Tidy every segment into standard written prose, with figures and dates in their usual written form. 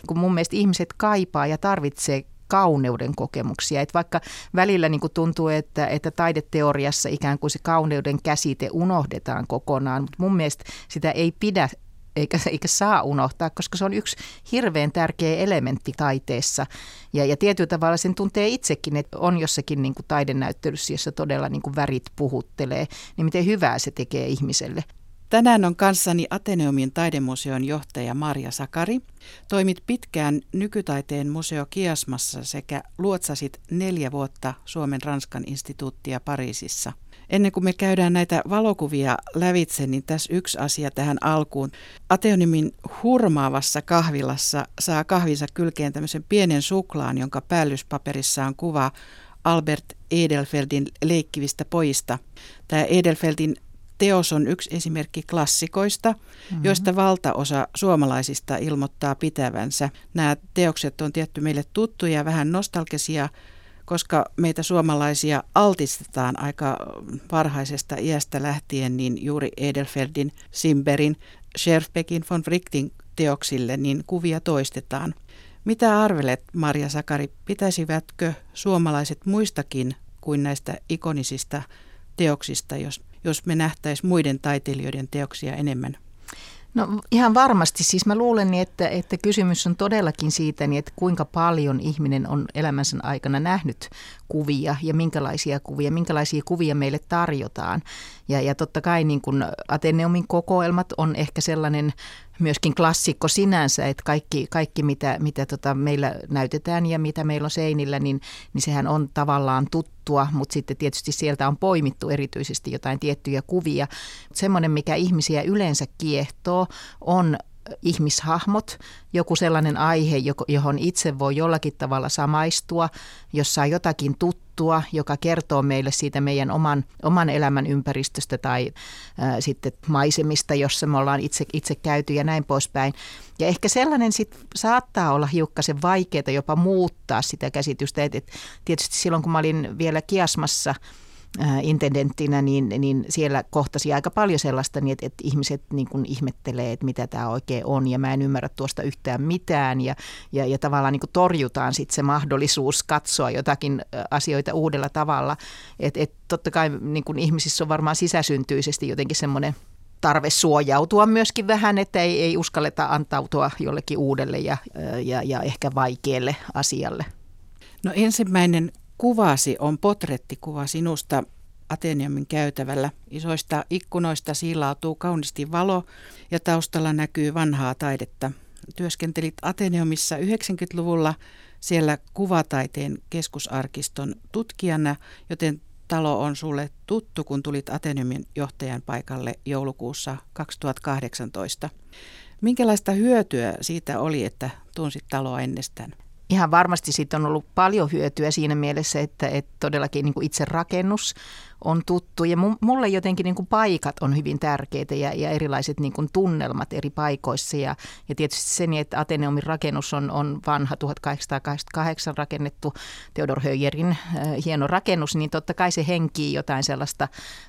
kun mun mielestä ihmiset kaipaa ja tarvitsee kauneuden kokemuksia. Et vaikka välillä niin kuin tuntuu, että taideteoriassa ikään kuin se kauneuden käsite unohdetaan kokonaan, mutta mun mielestä sitä ei pidä eikä saa unohtaa, koska se on yksi hirveän tärkeä elementti taiteessa. Ja tietyllä tavalla sen tuntee itsekin, että on jossakin niin kuin taidenäyttelyssä, jossa todella niin kuin värit puhuttelee, niin miten hyvää se tekee ihmiselle. Tänään on kanssani Ateneumin taidemuseon johtaja Marja Sakari. Toimit pitkään Nykytaiteen museo Kiasmassa sekä luotsasit 4 vuotta Suomen Ranskan instituuttia Pariisissa. Ennen kuin me käydään näitä valokuvia lävitse, niin tässä yksi asia tähän alkuun. Ateneumin hurmaavassa kahvilassa saa kahvinsa kylkeen tämmöisen pienen suklaan, jonka päällyspaperissa on kuva Albert Edelfeltin leikkivistä pojista. Tämä Edelfeltin teos on yksi esimerkki klassikoista, joista valtaosa suomalaisista ilmoittaa pitävänsä. Nämä teokset on tietty meille tuttuja ja vähän nostalgisia, koska meitä suomalaisia altistetaan aika varhaisesta iästä lähtien niin juuri Edelfeltin, Simberin, Scherfbeckin, von Wrightin teoksille, niin kuvia toistetaan. Mitä arvelet, Marja Sakari, pitäisivätkö suomalaiset muistakin kuin näistä ikonisista teoksista, jos me nähtäisiin muiden taiteilijoiden teoksia enemmän? No ihan varmasti. Siis mä luulen, että kysymys on todellakin siitä, että kuinka paljon ihminen on elämänsä aikana nähnyt kuvia ja minkälaisia kuvia meille tarjotaan. Ja totta kai niin kuin Ateneumin kokoelmat on ehkä sellainen myöskin klassikko sinänsä, että kaikki mitä meillä näytetään ja mitä meillä on seinillä, niin sehän on tavallaan tuttua, mutta sitten tietysti sieltä on poimittu erityisesti jotain tiettyjä kuvia. Semmoinen, mikä ihmisiä yleensä kiehtoo, on ihmishahmot, joku sellainen aihe, johon itse voi jollakin tavalla samaistua, jossa on jotakin tuttua, joka kertoo meille siitä meidän oman elämän ympäristöstä tai sitten maisemista, jossa me ollaan itse käyty ja näin poispäin. Ja ehkä sellainen sit saattaa olla hiukkasen vaikeaa jopa muuttaa sitä käsitystä, että tietysti silloin kun mä olin vielä Kiasmassa intendenttinä, niin siellä kohtasi aika paljon sellaista, niin että ihmiset niin kuin ihmettelee, että mitä tämä oikein on, ja mä en ymmärrä tuosta yhtään mitään, ja tavallaan niin kuin torjutaan sitten se mahdollisuus katsoa jotakin asioita uudella tavalla. Että totta kai niin kuin ihmisissä on varmaan sisäsyntyisesti jotenkin semmoinen tarve suojautua myöskin vähän, että ei uskalleta antautua jollekin uudelle ja ehkä vaikealle asialle. No ensimmäinen kuvasi on portrettikuva sinusta Ateneumin käytävällä. Isoista ikkunoista siilautuu kauniisti valo ja taustalla näkyy vanhaa taidetta. Työskentelit Ateneumissa 90-luvulla siellä kuvataiteen keskusarkiston tutkijana, joten talo on sulle tuttu, kun tulit Ateneumin johtajan paikalle joulukuussa 2018. Minkälaista hyötyä siitä oli, että tunsit taloa ennestään? Ihan varmasti siitä on ollut paljon hyötyä siinä mielessä, että todellakin niin kuin itse rakennus on tuttu ja mulle jotenkin niin kuin paikat on hyvin tärkeitä ja erilaiset niin kuin tunnelmat eri paikoissa ja tietysti sen, että Ateneumin rakennus on vanha 1888 rakennettu Theodor Höyerin hieno rakennus, niin totta kai se henkii jotain sellaista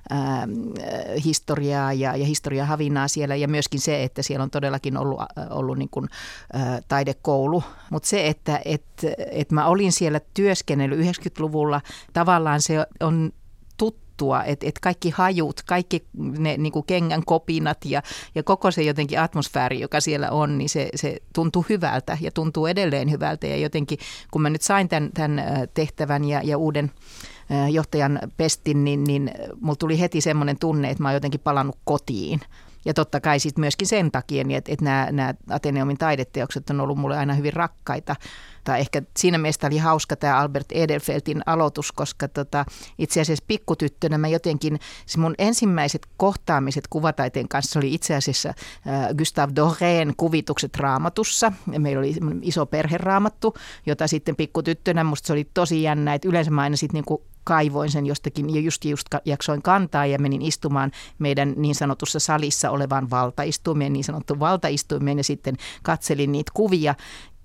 historiaa ja historiahavinaa siellä ja myöskin se, että siellä on todellakin ollut niin kuin taidekoulu, mutta se, että mä olin siellä työskennellyt 90-luvulla, tavallaan se on tuttua, että kaikki hajut, kaikki ne niin kuin kengän kopinat ja koko se jotenkin atmosfääri, joka siellä on, niin se tuntuu hyvältä ja tuntuu edelleen hyvältä. Ja jotenkin, kun mä nyt sain tämän tehtävän ja uuden johtajan pestin, niin mulla tuli heti semmoinen tunne, että mä oon jotenkin palannut kotiin. Ja totta kai sitten myöskin sen takia, että nämä Ateneumin taideteokset on ollut mulle aina hyvin rakkaita. Tai ehkä siinä mielessä oli hauska tämä Albert Edelfeltin aloitus, koska itse asiassa pikkutyttönä mä jotenkin, se mun ensimmäiset kohtaamiset kuvataiteen kanssa oli itse asiassa Gustave Dorén kuvitukset Raamatussa. Meillä oli iso perheraamattu, jota sitten pikkutyttönä musta se oli tosi jännä, että yleensä mä aina sitten niinku kaivoin sen jostakin ja just jaksoin kantaa ja menin istumaan meidän niin sanotussa salissa olevaan valtaistuimeen, niin sanottu valtaistuimeen ja sitten katselin niitä kuvia.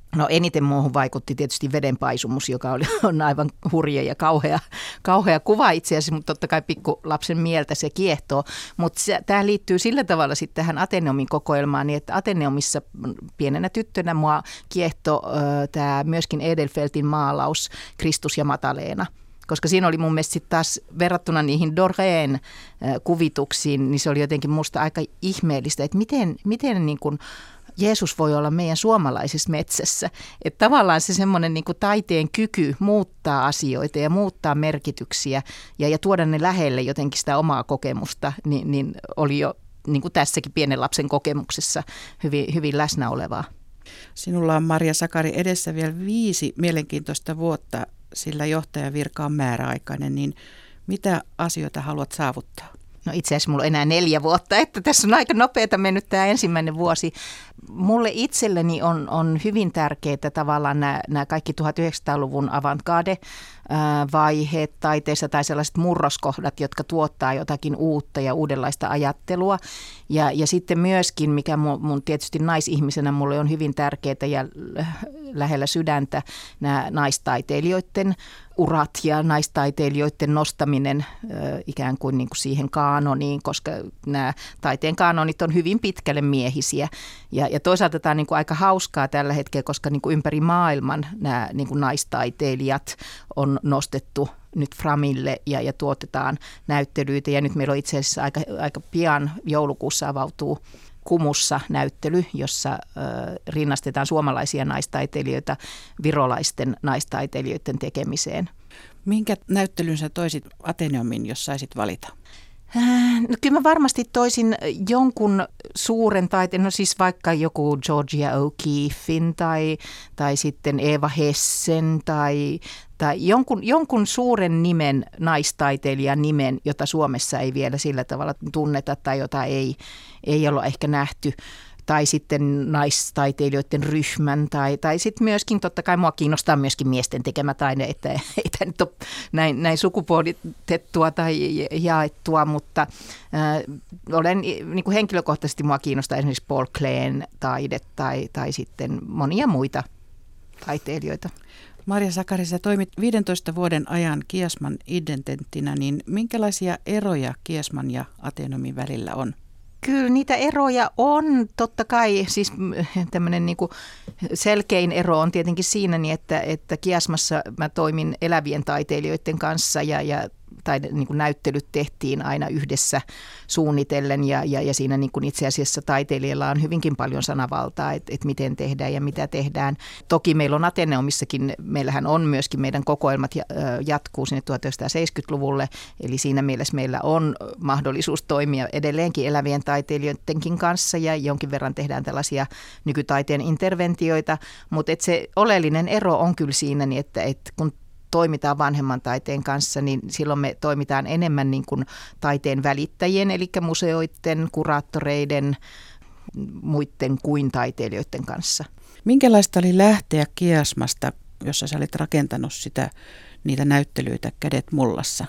No eniten muuhun vaikutti tietysti vedenpaisumus, joka on aivan hurja ja kauhea kuva itse asiassa, mutta totta kai pikkulapsen mieltä se kiehtoo. Mutta tämä liittyy sillä tavalla sitten tähän Ateneumin kokoelmaan, niin että Ateneumissa pienenä tyttönä mua kiehtoi tämä myöskin Edelfeltin maalaus Kristus ja Mataleena. Koska siinä oli mun mielestä sitten taas verrattuna niihin Doreen kuvituksiin, niin se oli jotenkin musta aika ihmeellistä, että miten niin kuin Jeesus voi olla meidän suomalaisessa metsässä. Että tavallaan se semmoinen niin kuin taiteen kyky muuttaa asioita ja muuttaa merkityksiä ja tuoda ne lähelle jotenkin sitä omaa kokemusta, niin oli jo niin kuin tässäkin pienen lapsen kokemuksessa hyvin läsnä olevaa. Sinulla on, Marja Sakari, edessä vielä 5 mielenkiintoista vuotta, sillä johtajan virka on määräaikainen, niin mitä asioita haluat saavuttaa? No itse asiassa mulla on enää 4 vuotta, että tässä on aika nopeata mennyt tämä ensimmäinen vuosi. Mulle itselleni on hyvin tärkeää tavallaan nämä kaikki 1900-luvun avantgarde-vaiheet taiteessa tai sellaiset murroskohdat, jotka tuottaa jotakin uutta ja uudenlaista ajattelua. Ja sitten myöskin, mikä mun tietysti naisihmisenä mulle on hyvin tärkeää ja lähellä sydäntä, nämä naistaiteilijoiden urat ja naistaiteilijoiden nostaminen ikään kuin siihen kaanoniin, koska nämä taiteen kaanonit on hyvin pitkälle miehisiä. Ja toisaalta tämä on aika hauskaa tällä hetkellä, koska ympäri maailman nämä naistaiteilijat on nostettu nyt framille ja tuotetaan näyttelyitä. Ja nyt meillä on itse asiassa aika pian joulukuussa avautuu Kumussa näyttely, jossa rinnastetaan suomalaisia naistaiteilijoita virolaisten naistaiteilijoiden tekemiseen. Minkä näyttelyn sä toisit Ateneumiin, jos saisit valita? No kyllä mä varmasti toisin jonkun suuren taiteen, no siis vaikka joku Georgia O'Keeffin tai sitten Eva Hessen tai jonkun suuren nimen, naistaiteilijan nimen, jota Suomessa ei vielä sillä tavalla tunneta tai jota ei olla ehkä nähty. Tai sitten naistaiteilijoiden ryhmän, tai sitten myöskin, totta kai mua kiinnostaa myöskin miesten tekemä taide, että ei tämä nyt ole näin sukupuolitettua tai jaettua, mutta olen niin kuin henkilökohtaisesti mua kiinnostaa esimerkiksi Paul Kleen taide tai sitten monia muita taiteilijoita. Marja Sakari, sä toimit 15 vuoden ajan Kiasman idententtinä, niin minkälaisia eroja Kiasman ja Ateneumin välillä on? Kyllä niitä eroja on, totta kai, siis tämmöinen niin kuin selkein ero on tietenkin siinä, että Kiasmassa mä toimin elävien taiteilijoiden kanssa ja niin kuin näyttelyt tehtiin aina yhdessä suunnitellen ja siinä niin kuin itse asiassa taiteilijalla on hyvinkin paljon sanavaltaa, että miten tehdään ja mitä tehdään. Toki meillä on Ateneumissakin, meillähän on myöskin meidän kokoelmat jatkuu sinne 1970-luvulle, eli siinä mielessä meillä on mahdollisuus toimia edelleenkin elävien taiteilijoidenkin kanssa ja jonkin verran tehdään tällaisia nykytaiteen interventioita, mutta se oleellinen ero on kyllä siinä, niin että kun toimitaan vanhemman taiteen kanssa, niin silloin me toimitaan enemmän niin kuin taiteen välittäjien, eli museoiden, kuraattoreiden, muiden kuin taiteilijoiden kanssa. Minkälaista oli lähteä Kiasmasta, jossa sä olit rakentanut niitä näyttelyitä kädet mullassa?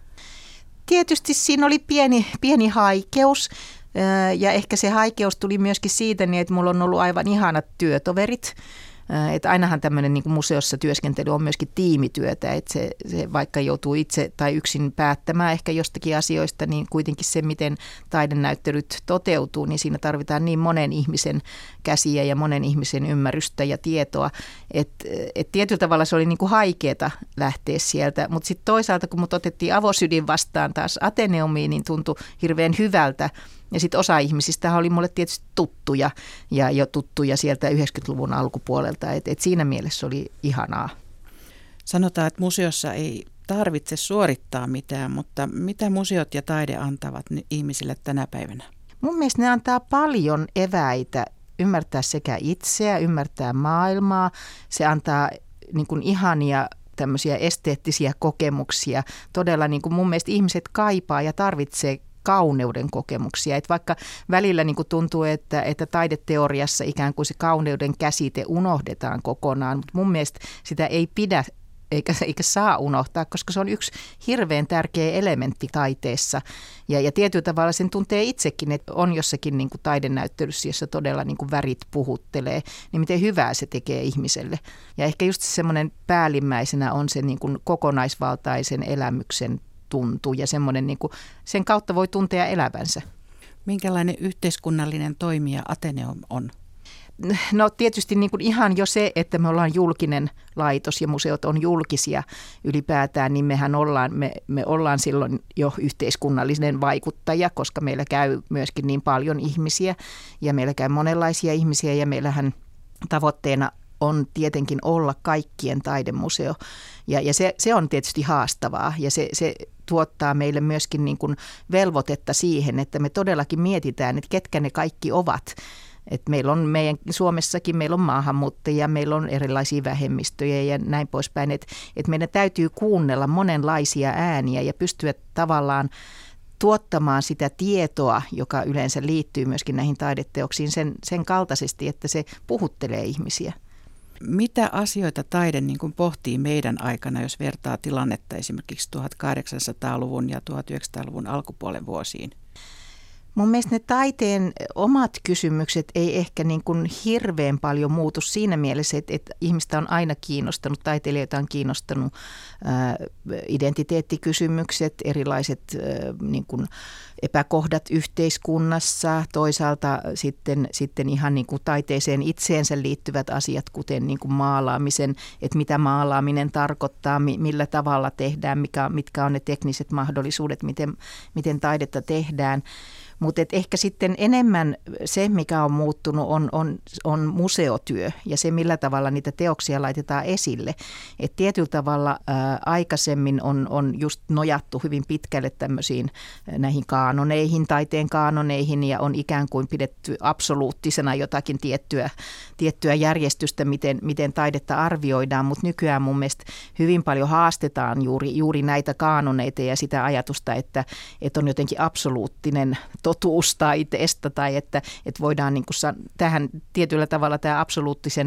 Tietysti siinä oli pieni haikeus. Ja ehkä se haikeus tuli myöskin siitä, niin että mulla on ollut aivan ihanat työtoverit. Että ainahan tämmöinen niin kuin museossa työskentely on myöskin tiimityötä, että se vaikka joutuu itse tai yksin päättämään ehkä jostakin asioista, niin kuitenkin se, miten taidenäyttelyt toteutuu, niin siinä tarvitaan niin monen ihmisen käsiä ja monen ihmisen ymmärrystä ja tietoa, että tietyllä tavalla se oli niin kuin haikeeta lähteä sieltä, mutta sitten toisaalta kun mut otettiin avosydin vastaan taas Ateneumiin, niin tuntui hirveän hyvältä. Ja sitten osa ihmisistä oli mulle tietysti tuttuja ja jo tuttuja sieltä 90-luvun alkupuolelta, että siinä mielessä oli ihanaa. Sanotaan, että museossa ei tarvitse suorittaa mitään, mutta mitä museot ja taide antavat ihmisille tänä päivänä? Mun mielestä ne antaa paljon eväitä ymmärtää sekä itseä, ymmärtää maailmaa. Se antaa niin kuin ihania tämmöisiä esteettisiä kokemuksia. Todella niin kuin mun mielestä ihmiset kaipaa ja tarvitsee kauneuden kokemuksia. Että vaikka välillä niin kuin tuntuu, että taideteoriassa ikään kuin se kauneuden käsite unohdetaan kokonaan, mutta mun mielestä sitä ei pidä eikä saa unohtaa, koska se on yksi hirveän tärkeä elementti taiteessa. Ja tietyllä tavalla sen tuntee itsekin, että on jossakin niin kuin taidenäyttelyssä, jossa todella niin kuin värit puhuttelee, niin miten hyvää se tekee ihmiselle. Ja ehkä just semmoinen päällimmäisenä on se niin kuin kokonaisvaltaisen elämyksen tuntu ja semmoinen, niin kuin, sen kautta voi tuntea elävänsä. Minkälainen yhteiskunnallinen toimija Ateneum on? No tietysti niin kuin ihan jo se, että me ollaan julkinen laitos ja museot on julkisia ylipäätään, niin me ollaan silloin jo yhteiskunnallinen vaikuttaja, koska meillä käy myöskin niin paljon ihmisiä ja meillä käy monenlaisia ihmisiä ja meillähän tavoitteena on tietenkin olla kaikkien taidemuseo ja se on tietysti haastavaa ja se tuottaa meille myöskin niin kuin velvoitetta siihen, että me todellakin mietitään, että ketkä ne kaikki ovat. Että Suomessakin meillä on maahanmuuttajia, meillä on erilaisia vähemmistöjä ja näin poispäin. Että meidän täytyy kuunnella monenlaisia ääniä ja pystyä tavallaan tuottamaan sitä tietoa, joka yleensä liittyy myöskin näihin taideteoksiin sen kaltaisesti, että se puhuttelee ihmisiä. Mitä asioita taide niin kuin pohtii meidän aikana, jos vertaa tilannetta esimerkiksi 1800-luvun ja 1900-luvun alkupuolen vuosiin? Mun mielestä ne taiteen omat kysymykset ei ehkä niin kuin hirveän paljon muutu siinä mielessä, että ihmistä on aina kiinnostanut, taiteilijoita on kiinnostanut identiteettikysymykset, erilaiset niin kuin epäkohdat yhteiskunnassa, toisaalta sitten ihan niin kuin taiteeseen itseensä liittyvät asiat, kuten niin kuin maalaamisen, että mitä maalaaminen tarkoittaa, millä tavalla tehdään, mitkä on ne tekniset mahdollisuudet, miten taidetta tehdään. Mutta ehkä sitten enemmän se, mikä on muuttunut, on museotyö ja se, millä tavalla niitä teoksia laitetaan esille. Et tietyllä tavalla aikaisemmin on just nojattu hyvin pitkälle tämmöisiin näihin kaanoneihin, taiteen kaanoneihin ja on ikään kuin pidetty absoluuttisena jotakin tiettyä järjestystä, miten taidetta arvioidaan, mutta nykyään mun mielestä hyvin paljon haastetaan juuri näitä kaanoneita ja sitä ajatusta, että on jotenkin absoluuttinen totuus taiteesta tai että voidaan niin kuin tähän tietyllä tavalla tämä absoluuttisen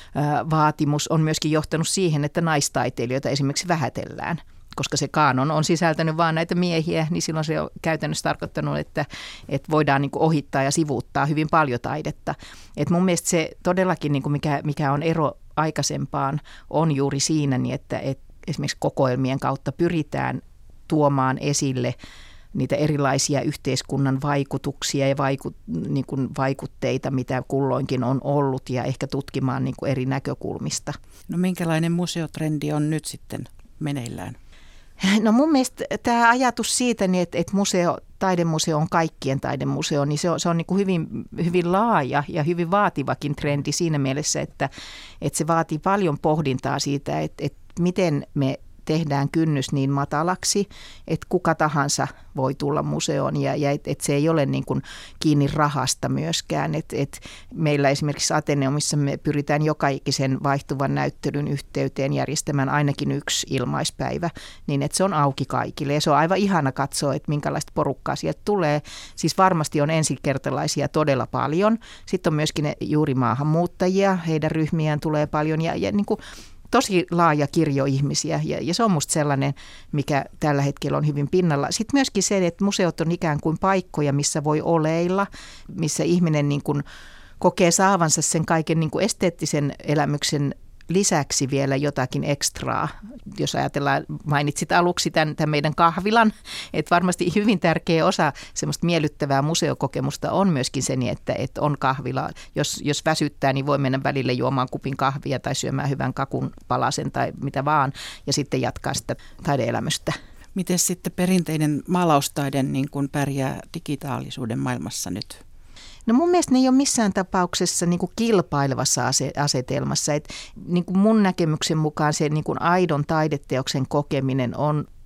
vaatimus on myöskin johtanut siihen, että naistaiteilijoita esimerkiksi vähätellään. Koska se kaanon on sisältänyt vain näitä miehiä, niin silloin se on käytännössä tarkoittanut, että voidaan niin kuin ohittaa ja sivuuttaa hyvin paljon taidetta. Et mun mielestä se todellakin, niin kuin mikä on ero aikaisempaan, on juuri siinä, niin että esimerkiksi kokoelmien kautta pyritään tuomaan esille niitä erilaisia yhteiskunnan vaikutuksia ja niin kuin vaikutteita, mitä kulloinkin on ollut ja ehkä tutkimaan niin kuin eri näkökulmista. No minkälainen museotrendi on nyt sitten meneillään? No mun mielestä tämä ajatus siitä, että taidemuseo on kaikkien taidemuseo, niin se on niin kuin hyvin, hyvin laaja ja hyvin vaativakin trendi siinä mielessä, että se vaatii paljon pohdintaa siitä, että miten me tehdään kynnys niin matalaksi, että kuka tahansa voi tulla museoon ja että se ei ole niin kuin kiinni rahasta myöskään. Että meillä esimerkiksi Ateneumissa me pyritään joka ikisen vaihtuvan näyttelyn yhteyteen järjestämään ainakin yksi ilmaispäivä, niin että se on auki kaikille. Ja se on aivan ihana katsoa, että minkälaista porukkaa sieltä tulee. Siis varmasti on ensikertalaisia todella paljon. Sitten on myöskin juuri maahanmuuttajia, heidän ryhmiään tulee paljon ja niin kuin tosi laaja kirjo ihmisiä ja se on musta sellainen, mikä tällä hetkellä on hyvin pinnalla. Sitten myöskin se, että museot on ikään kuin paikkoja, missä voi oleilla, missä ihminen niin kuin kokee saavansa sen kaiken niin kuin esteettisen elämyksen lisäksi vielä jotakin ekstraa. Jos ajatellaan, mainitsit aluksi tämän meidän kahvilan, että varmasti hyvin tärkeä osa semmoista miellyttävää museokokemusta on myöskin se, että on kahvila. Jos väsyttää, niin voi mennä välille juomaan kupin kahvia tai syömään hyvän kakun palasen tai mitä vaan ja sitten jatkaa sitä taideelämystä. Miten sitten perinteinen maalaustaide niin kuin pärjää digitaalisuuden maailmassa nyt? No mun mielestä ne ei ole missään tapauksessa niin kuin kilpailevassa asetelmassa. Et niin kuin mun näkemyksen mukaan se niin kuin aidon taideteoksen kokeminen on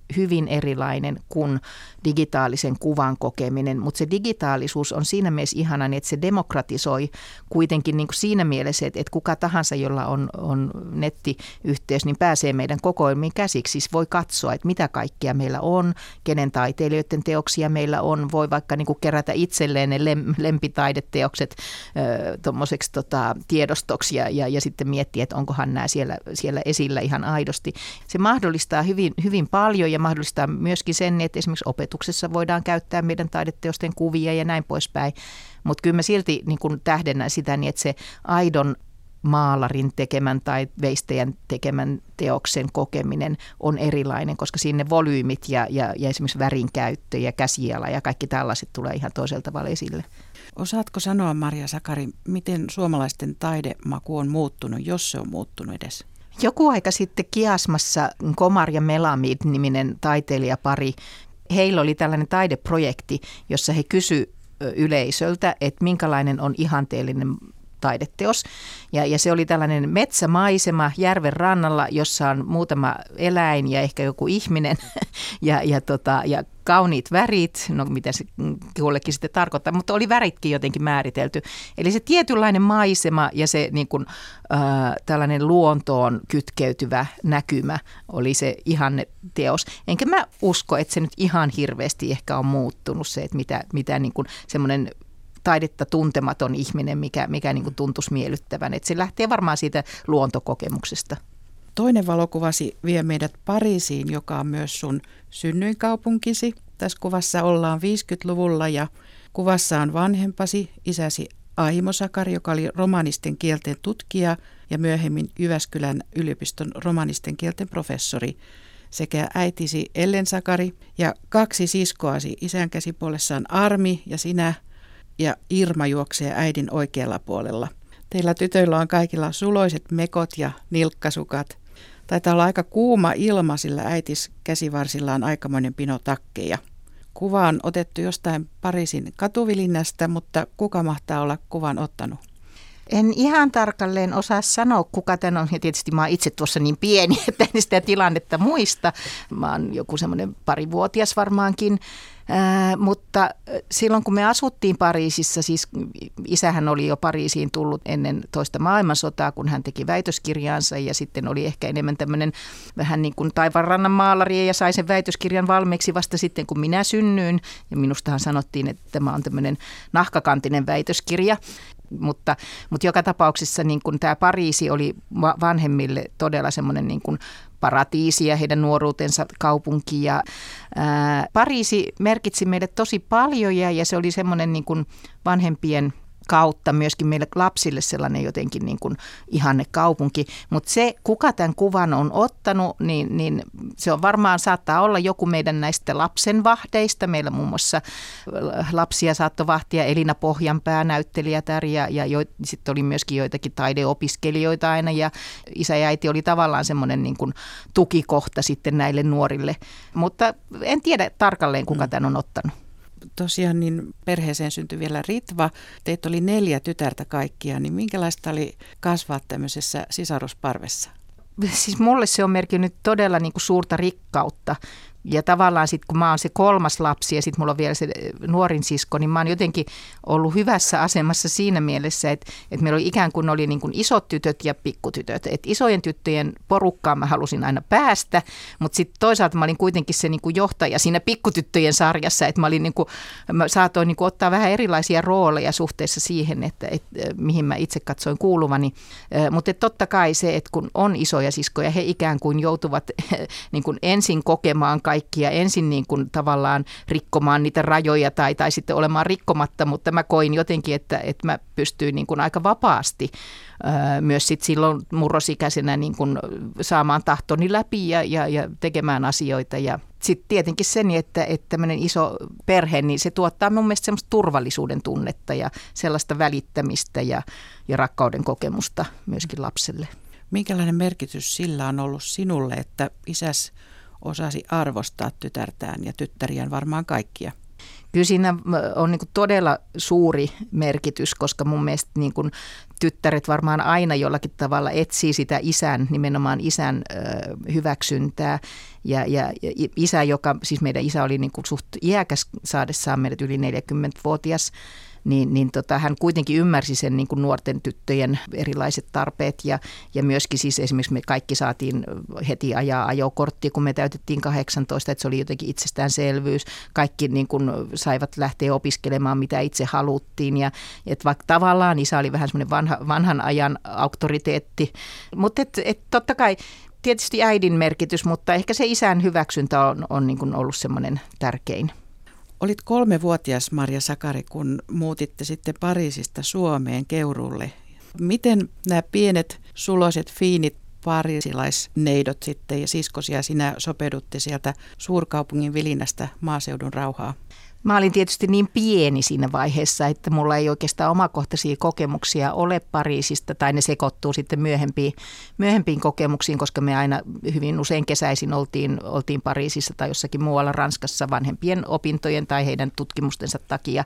hyvin erilainen kuin digitaalisen kuvan kokeminen, mutta se digitaalisuus on siinä mielessä ihana, että se demokratisoi kuitenkin niin kuin siinä mielessä, että kuka tahansa, jolla on nettiyhteys, niin pääsee meidän kokoelmiin käsiksi. Siis voi katsoa, että mitä kaikkea meillä on, kenen taiteilijoiden teoksia meillä on, voi vaikka niin kuin kerätä itselleen ne lempitaideteokset tuommoiseksi tiedostoksi ja sitten miettiä, että onkohan nämä siellä esillä ihan aidosti. Se mahdollistaa hyvin, hyvin paljon ja mahdollistaa myöskin sen, että esimerkiksi opetuksessa voidaan käyttää meidän taideteosten kuvia ja näin poispäin. Mutta kyllä mä silti niin kun tähdennän sitä niin, että se aidon maalarin tekemän tai veistäjän tekemän teoksen kokeminen on erilainen, koska sinne volyymit ja esimerkiksi värinkäyttö ja käsiala ja kaikki tällaiset tulee ihan toisella tavalla esille. Osaatko sanoa, Marja Sakari, miten suomalaisten taidemaku on muuttunut, jos se on muuttunut edes? Joku aika sitten Kiasmassa Komar ja Melamid-niminen taiteilijapari, heillä oli tällainen taideprojekti, jossa he kysyivät yleisöltä, että minkälainen on ihanteellinen taideteos. Ja se oli tällainen metsämaisema järven rannalla, jossa on muutama eläin ja ehkä joku ihminen ja kauniit värit, no mitä se kullekin sitten tarkoittaa, mutta oli väritkin jotenkin määritelty. Eli se tietynlainen maisema ja se niin kuin, tällainen luontoon kytkeytyvä näkymä oli se ihanneteos. Enkä mä usko, että se nyt ihan hirveästi ehkä on muuttunut se, että mitä niin kuin semmoinen taidetta tuntematon ihminen, mikä niin kuin tuntuisi miellyttävän. Että se lähtee varmaan siitä luontokokemuksesta. Toinen valokuvasi vie meidät Pariisiin, joka on myös sun synnyinkaupunkisi. Tässä kuvassa ollaan 50-luvulla ja kuvassa on vanhempasi, isäsi Aimo Sakari, joka oli romanisten kielten tutkija ja myöhemmin Jyväskylän yliopiston romanisten kielten professori, sekä äitisi Ellen Sakari ja 2 siskoasi. Isän käsipuolessa on Armi ja sinä ja Irma juoksee äidin oikealla puolella. Teillä tytöillä on kaikilla suloiset mekot ja nilkkasukat. Taitaa olla aika kuuma ilma, sillä äitis käsivarsilla on aikamoinen pino takkeja. Kuva on otettu jostain Pariisin katuvilinnästä, mutta kuka mahtaa olla kuvan ottanut? En ihan tarkalleen osaa sanoa, kuka tämän on. Ja tietysti mä oon itse tuossa niin pieni, että en sitä tilannetta muista. Mä oon joku semmoinen parivuotias varmaankin. Mutta silloin kun me asuttiin Pariisissa, siis isähän oli jo Pariisiin tullut ennen toista maailmansotaa, kun hän teki väitöskirjaansa ja sitten oli ehkä enemmän tämmöinen vähän niin kuin taivaanrannan maalari ja sai sen väitöskirjan valmiiksi vasta sitten, kun minä synnyin. Ja minustahan sanottiin, että tämä on tämmöinen nahkakantinen väitöskirja. Mutta joka tapauksessa niin kuin tämä Pariisi oli vanhemmille todella semmoinen niin kuin paratiisi ja heidän nuoruutensa kaupunki. Ja, Pariisi merkitsi meille tosi paljon ja se oli semmoinen niin kuin vanhempien kautta myöskin meille lapsille sellainen jotenkin niin kuin ihanne kaupunki. Mutta se, kuka tämän kuvan on ottanut, niin se on varmaan saattaa olla joku meidän näistä lapsenvahdeista. Meillä muun muassa lapsia saattoi vahtia Elina Pohjanpää, näyttelijätär ja sitten oli myöskin joitakin taideopiskelijoita aina ja isä ja äiti oli tavallaan semmoinen niin kuin tukikohta sitten näille nuorille. Mutta en tiedä tarkalleen, kuka tämän on ottanut. Tosiaan niin perheeseen syntyi vielä Ritva. Teitä oli 4 tytärtä kaikkia, niin minkälaista oli kasvaa tämmöisessä sisarusparvessa? Siis mulle se on merkinnyt todella niin kuin suurta rikkautta. Ja tavallaan sitten kun mä oon se 3. lapsi ja sitten mulla on vielä se nuorin sisko, niin mä oon jotenkin ollut hyvässä asemassa siinä mielessä, että meillä oli ikään kuin oli niin kuin isot tytöt ja pikkutytöt. Että isojen tyttöjen porukkaan mä halusin aina päästä, mutta sitten toisaalta mä olin kuitenkin se niin kuin johtaja siinä pikkutyttöjen sarjassa, että mä saatoin niin kuin ottaa vähän erilaisia rooleja suhteessa siihen, että mihin mä itse katsoin kuuluvani. Mutta totta kai se, että kun on isoja siskoja, he ikään kuin joutuvat niin kuin ensin kokemaan kaikkia, ensin niin kuin tavallaan rikkomaan niitä rajoja tai sitten olemaan rikkomatta, mutta mä koin jotenkin, että mä pystyin niin kuin aika vapaasti myös sit silloin murrosikäisenä niin kuin saamaan tahtoni läpi ja tekemään asioita. Ja sitten tietenkin sen, että tämmöinen iso perhe, niin se tuottaa mun mielestä semmoista turvallisuuden tunnetta ja sellaista välittämistä ja rakkauden kokemusta myöskin lapselle. Minkälainen merkitys sillä on ollut sinulle, että isäs osasi arvostaa tytärtään ja tyttäriään varmaan kaikkia? Kyllä siinä on niin kuin todella suuri merkitys, koska mun mielestä niin kuin tyttäret varmaan aina jollakin tavalla etsii sitä nimenomaan isän hyväksyntää. Ja isä, siis meidän isä oli niin kuin suht iäkäs saadessaan meidät yli 40-vuotias, niin hän kuitenkin ymmärsi sen niin kuin nuorten tyttöjen erilaiset tarpeet ja myöskin siis esimerkiksi me kaikki saatiin heti ajaa ajokortti, kun me täytettiin 18, että se oli jotenkin itsestäänselvyys. Kaikki niin kuin saivat lähteä opiskelemaan, mitä itse haluttiin ja että vaikka tavallaan isä oli vähän semmoinen vanhan ajan auktoriteetti, mutta totta kai tietysti äidin merkitys, mutta ehkä se isän hyväksyntä on niin kuin ollut semmoinen tärkein. Olit 3-vuotias, Marja Sakari, kun muutitte sitten Pariisista Suomeen Keuruulle. Miten nämä pienet, suloiset, fiinit pariisilaisneidot sitten ja siskosi ja sinä sopeudutte sieltä suurkaupungin vilinästä maaseudun rauhaa? Mä olin tietysti niin pieni siinä vaiheessa, että mulla ei oikeastaan omakohtaisia kokemuksia ole Pariisista, tai ne sekoittuu sitten myöhempiin kokemuksiin, koska me aina hyvin usein kesäisin oltiin Pariisissa tai jossakin muualla Ranskassa vanhempien opintojen tai heidän tutkimustensa takia.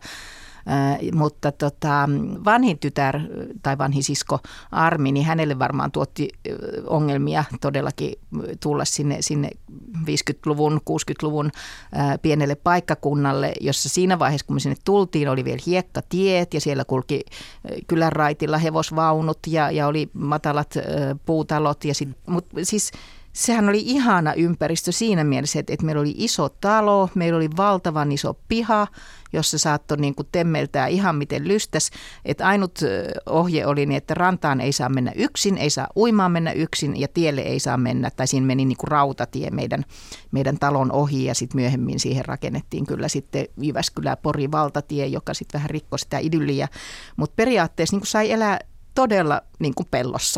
Mutta vanhin tytär tai vanhin sisko Armi, niin hänelle varmaan tuotti ongelmia todellakin tulla sinne 50-luvun, 60-luvun pienelle paikkakunnalle, jossa siinä vaiheessa, kun me sinne tultiin, oli vielä hiekkatiet ja siellä kulki kylän raitilla hevosvaunut ja oli matalat puutalot. Mutta siis sehän oli ihana ympäristö siinä mielessä, että meillä oli iso talo, meillä oli valtavan iso piha, jossa saattoi niin kuin temmeltää ihan miten lystäs. Että ainut ohje oli niin, että rantaan ei saa mennä yksin, ei saa uimaan mennä yksin ja tielle ei saa mennä. Tai siinä meni niin kuin rautatie meidän talon ohi ja sitten myöhemmin siihen rakennettiin kyllä sitten Jyväskylä-Pori valtatie, joka sitten vähän rikkoi sitä idylliä. Mutta periaatteessa niin kuin sai elää todella niin kuin pellossa.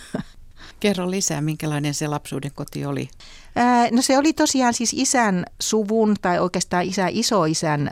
Kerro lisää, minkälainen se lapsuuden koti oli? No se oli tosiaan siis isän suvun tai oikeastaan isoisän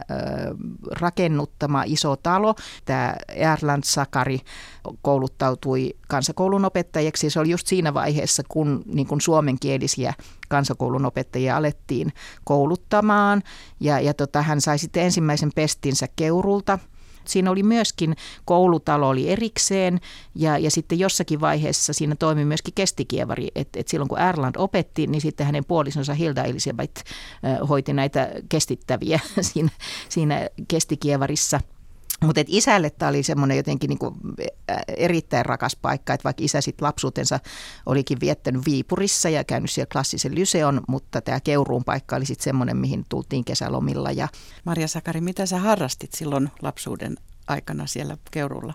rakennuttama iso talo. Tämä Erland Sakari kouluttautui kansakoulun opettajaksi. Se oli just siinä vaiheessa, kun niin kuin suomenkielisiä kansakoulun opettajia alettiin kouluttamaan. Ja hän sai sitten ensimmäisen pestinsä Keuruulta. Siinä oli myöskin koulutalo oli erikseen ja sitten jossakin vaiheessa siinä toimi myöskin kestikievari. Et silloin kun Erland opetti, niin sitten hänen puolisonsa Hilda Elisabeth hoiti näitä kestittäviä siinä kestikievarissa. Mutta isälle tämä oli semmoinen jotenkin niinku erittäin rakas paikka, että vaikka isä sitten lapsuutensa olikin viettänyt Viipurissa ja käynyt siellä klassisen lyseon, mutta tämä Keuruun paikka oli sitten semmoinen, mihin tultiin kesälomilla. Marja Sakari, mitä sä harrastit silloin lapsuuden aikana siellä Keuruulla?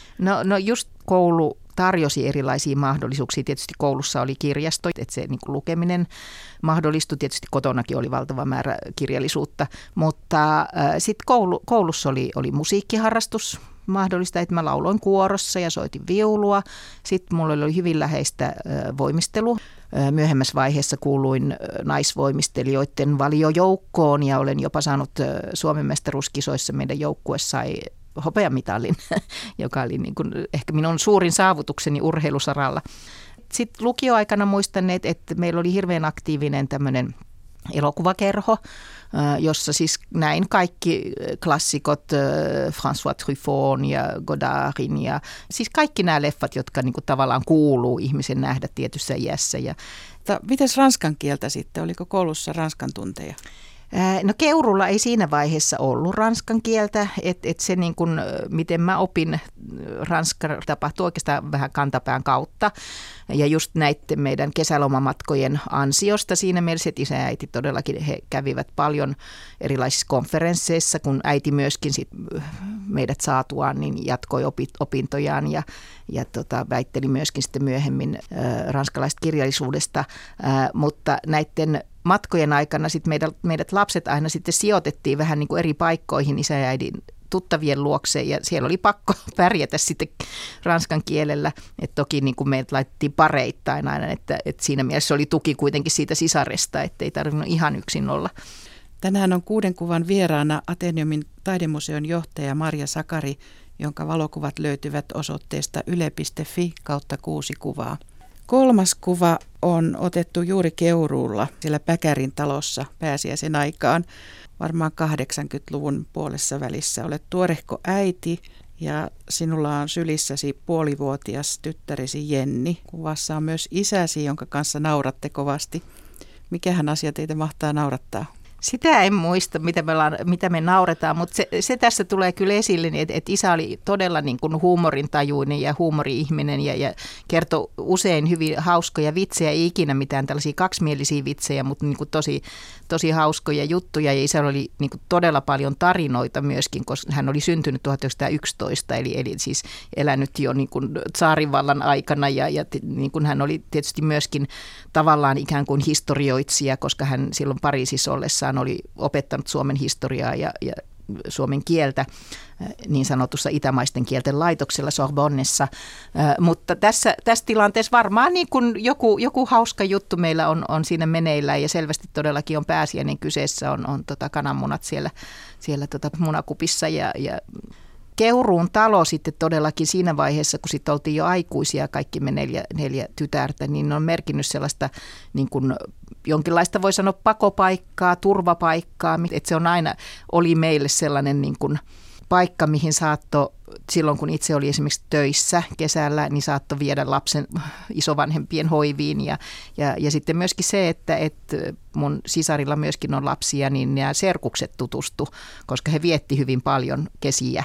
No just koulu tarjosi erilaisia mahdollisuuksia. Tietysti koulussa oli kirjasto, että se niin kuin lukeminen mahdollistui. Tietysti kotonakin oli valtava määrä kirjallisuutta, mutta sitten koulussa oli musiikkiharrastus mahdollista, että mä lauloin kuorossa ja soitin viulua. Sitten mulla oli hyvin läheistä voimistelu. Myöhemmässä vaiheessa kuuluin naisvoimistelijoiden valiojoukkoon ja olen jopa saanut Suomen mestaruuskisoissa, meidän joukkue sai hopeamitalin, joka oli niin kuin ehkä minun suurin saavutukseni urheilusaralla. Sitten lukioaikana muistan, että meillä oli hirveän aktiivinen tämmöinen elokuvakerho, jossa siis näin kaikki klassikot, François Truffaut ja Godardin ja siis kaikki nämä leffat, jotka niin kuin tavallaan kuuluu ihmisen nähdä tietyssä iässä. Mites ranskan kieltä sitten? Oliko koulussa ranskan tunteja? No Keurulla ei siinä vaiheessa ollut ranskan kieltä, että se niin kuin, miten mä opin ranskan tapahtui oikeastaan vähän kantapään kautta ja just näiden meidän kesälomamatkojen ansiosta siinä mielessä, että isä ja äiti todellakin he kävivät paljon erilaisissa konferensseissa, kun äiti myöskin sit meidät saatuaan niin jatkoi opintojaan ja väitteli myöskin sitten myöhemmin ranskalaisesta kirjallisuudesta, mutta näiden matkojen aikana sit meidät lapset aina sitten sijoitettiin vähän niin kuin eri paikkoihin isä ja äidin tuttavien luokse ja siellä oli pakko pärjätä sitten ranskan kielellä. Et toki niin kuin meidät laitettiin pareittain aina, että siinä mielessä oli tuki kuitenkin siitä sisaresta, ettei tarvinnut ihan yksin olla. Tänään on 6 kuvan vieraana Ateneumin taidemuseon johtaja Marja Sakari, jonka valokuvat löytyvät osoitteesta yle.fi/6 kuvaa. Kolmas kuva on otettu juuri Keuruulla, siellä Päkärin talossa pääsiäisen aikaan, varmaan 80-luvun puolessa välissä. Olet tuorehko äiti ja sinulla on sylissäsi puolivuotias tyttäresi Jenni. Kuvassa on myös isäsi, jonka kanssa nauratte kovasti. Mikähän asia teitä mahtaa naurattaa? Sitä en muista, mitä me nauretaan, mutta se tässä tulee kyllä esille, että isä oli todella niin kuin huumorintajuinen ja huumori-ihminen ja kertoi usein hyvin hauskoja vitsejä, ei ikinä mitään tällaisia kaksimielisiä vitsejä, mutta niin kuin tosi hauskoja juttuja. Ja isällä oli niin kuin todella paljon tarinoita myöskin, koska hän oli syntynyt 1911, eli siis elänyt jo niin kuin tsaarinvallan aikana ja niin kuin hän oli tietysti myöskin tavallaan ikään kuin historioitsija, koska hän silloin Pariisissa ollessaan oli opettanut Suomen historiaa ja suomen kieltä niin sanotussa itämaisten kielten laitoksella Sorbonnessa. Mutta tässä tilanteessa varmaan niin kuin joku hauska juttu meillä on siinä meneillään ja selvästi todellakin on pääsiäinen kyseessä, on kananmunat siellä munakupissa ja Keuruun talo sitten todellakin siinä vaiheessa, kun sitten oltiin jo aikuisia, kaikki me neljä tytärtä, niin on merkinnyt sellaista niin kuin jonkinlaista voi sanoa pakopaikkaa, turvapaikkaa, että se on aina oli meille sellainen niin kuin paikka, mihin saattoi silloin, kun itse oli esimerkiksi töissä kesällä, niin saattoi viedä lapsen isovanhempien hoiviin ja sitten myöskin se, että mun sisarilla myöskin on lapsia, niin nämä serkukset tutustu, koska he vietti hyvin paljon kesiä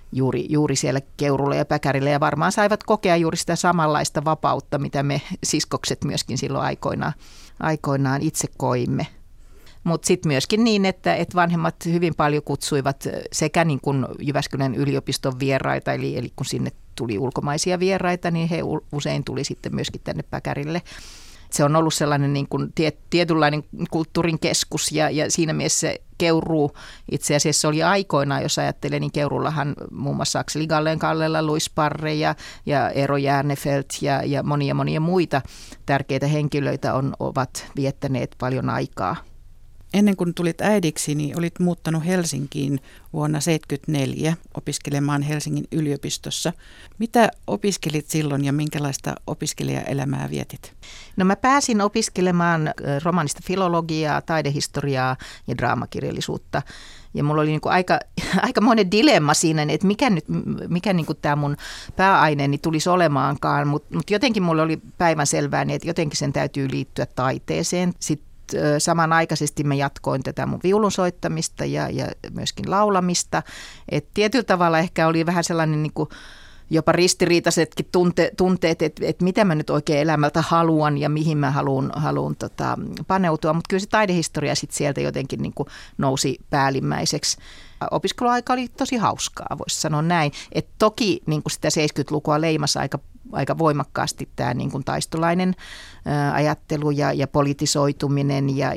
juuri siellä Keurulla ja Päkärillä ja varmaan saivat kokea juuri sitä samanlaista vapautta, mitä me siskokset myöskin silloin aikoinaan itse koimme. Mutta sitten myöskin niin, että vanhemmat hyvin paljon kutsuivat sekä niin kuin Jyväskylän yliopiston vieraita, eli kun sinne tuli ulkomaisia vieraita, niin he usein tuli sitten myöskin tänne Päkärille. Se on ollut sellainen niin kuin tietynlainen kulttuurin keskus ja siinä mielessä Keuruu itse asiassa oli aikoinaan, jos ajattelee, niin Keurullahan muun muassa Akseli Gallen-Kallella, Louis Parre ja Eero Järnefelt ja monia muita tärkeitä henkilöitä ovat viettäneet paljon aikaa. Ennen kuin tulit äidiksi, niin olit muuttanut Helsinkiin vuonna 1974 opiskelemaan Helsingin yliopistossa. Mitä opiskelit silloin ja minkälaista opiskelijaelämää vietit? No mä pääsin opiskelemaan romanista filologiaa, taidehistoriaa ja draamakirjallisuutta. Ja mulla oli niinku aikamoinen dilemma siinä, että mikä niinku tämä mun pääaineeni tulisi olemaankaan. Mutta jotenkin mulla oli päivänselvää, että jotenkin sen täytyy liittyä taiteeseen. Sitten samanaikaisesti mä jatkoin tätä mun viulun soittamista ja myöskin laulamista. Et tietyllä tavalla ehkä oli vähän sellainen niin kuin jopa ristiriitaisetkin tunteet, että mitä mä nyt oikein elämältä haluan ja mihin mä haluan paneutua. Mutta kyllä se taidehistoria sitten sieltä jotenkin niin kuin nousi päällimmäiseksi. Opiskeluaika oli tosi hauskaa, voisi sanoa näin. Et toki niin kuin sitä 70-lukua leimasi aika voimakkaasti tämä niin kuin taistolainen ajattelu ja politisoituminen ja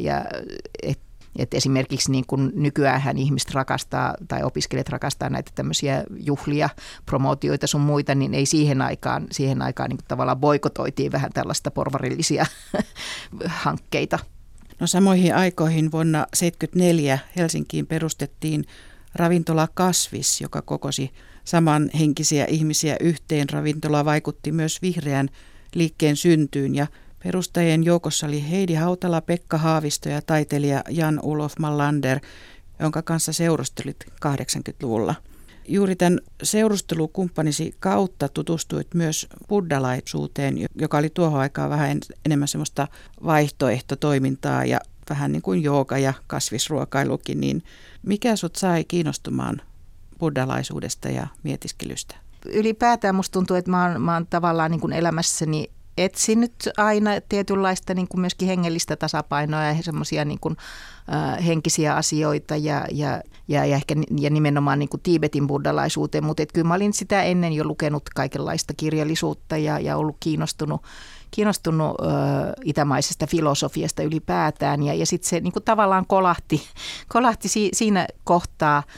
että esimerkiksi niin kuin nykyäänhän ihmiset rakastaa tai opiskelijat rakastaa näitä tämmöisiä juhlia, promootioita sun muita, niin ei siihen aikaan niin kuin tavallaan boikotoitiin vähän tällaista porvarillisia hankkeita. No samoihin aikoihin vuonna 1974 Helsinkiin perustettiin ravintola Kasvis, joka kokosi samanhenkisiä ihmisiä yhteen. Ravintola vaikutti myös vihreän liikkeen syntyyn ja perustajien joukossa oli Heidi Hautala, Pekka Haavisto ja taiteilija Jan-Olof Mallander, jonka kanssa seurustelit 80-luvulla. Juuri tämän seurustelukumppanisi kautta tutustuit myös buddhalaisuuteen, joka oli tuohon aikaan vähän enemmän semmoista vaihtoehtotoimintaa ja vähän niin kuin jooga ja kasvisruokailukin. Niin mikä sut sai kiinnostumaan buddhalaisuudesta ja mietiskelystä? Ylipäätään musta tuntuu, että mä oon tavallaan niin kuin elämässäni etsinyt aina tietynlaista niin kuin myöskin hengellistä tasapainoa ja semmoisia niin kuin henkisiä asioita ja ehkä ja nimenomaan niin kuin Tiibetin buddhalaisuuteen, mutta kyllä mä olin sitä ennen jo lukenut kaikenlaista kirjallisuutta ja ollut kiinnostunut itämaisesta filosofiasta ylipäätään ja sitten se niin kuin tavallaan kolahti siinä kohtaa